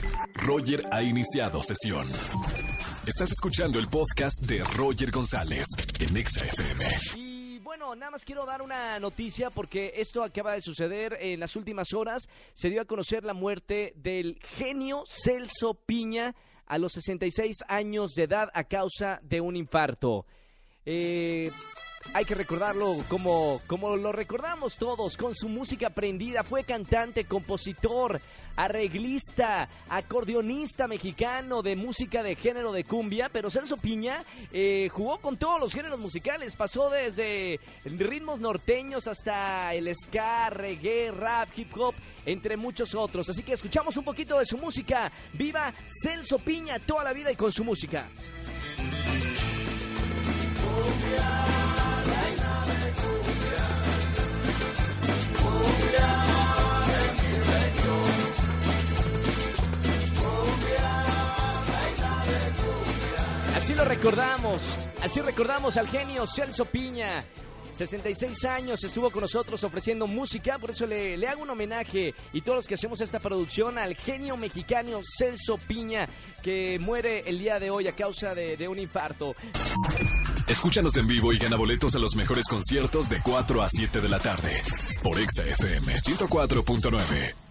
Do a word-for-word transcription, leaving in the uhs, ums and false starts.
Roger ha iniciado sesión. Estás escuchando el podcast de Roger González en Exa F M. Y bueno, nada más quiero dar una noticia porque esto acaba de suceder en las últimas horas. Se dio a conocer la muerte del genio Celso Piña a los sesenta y seis años de edad a causa de un infarto. Eh... Hay que recordarlo como, como lo recordamos todos, con su música prendida. Fue cantante, compositor, arreglista, acordeonista mexicano de música de género de cumbia. Pero Celso Piña eh, jugó con todos los géneros musicales. Pasó desde ritmos norteños hasta el ska, reggae, rap, hip hop, entre muchos otros. Así que escuchamos un poquito de su música. ¡Viva Celso Piña toda la vida y con su música! Así lo recordamos, así recordamos al genio Celso Piña. sesenta y seis años estuvo con nosotros ofreciendo música, por eso le, le hago un homenaje y todos los que hacemos esta producción al genio mexicano Celso Piña, que muere el día de hoy a causa de, de un infarto. Escúchanos en vivo y gana boletos a los mejores conciertos de cuatro a siete de la tarde por Exa F M ciento cuatro punto nueve.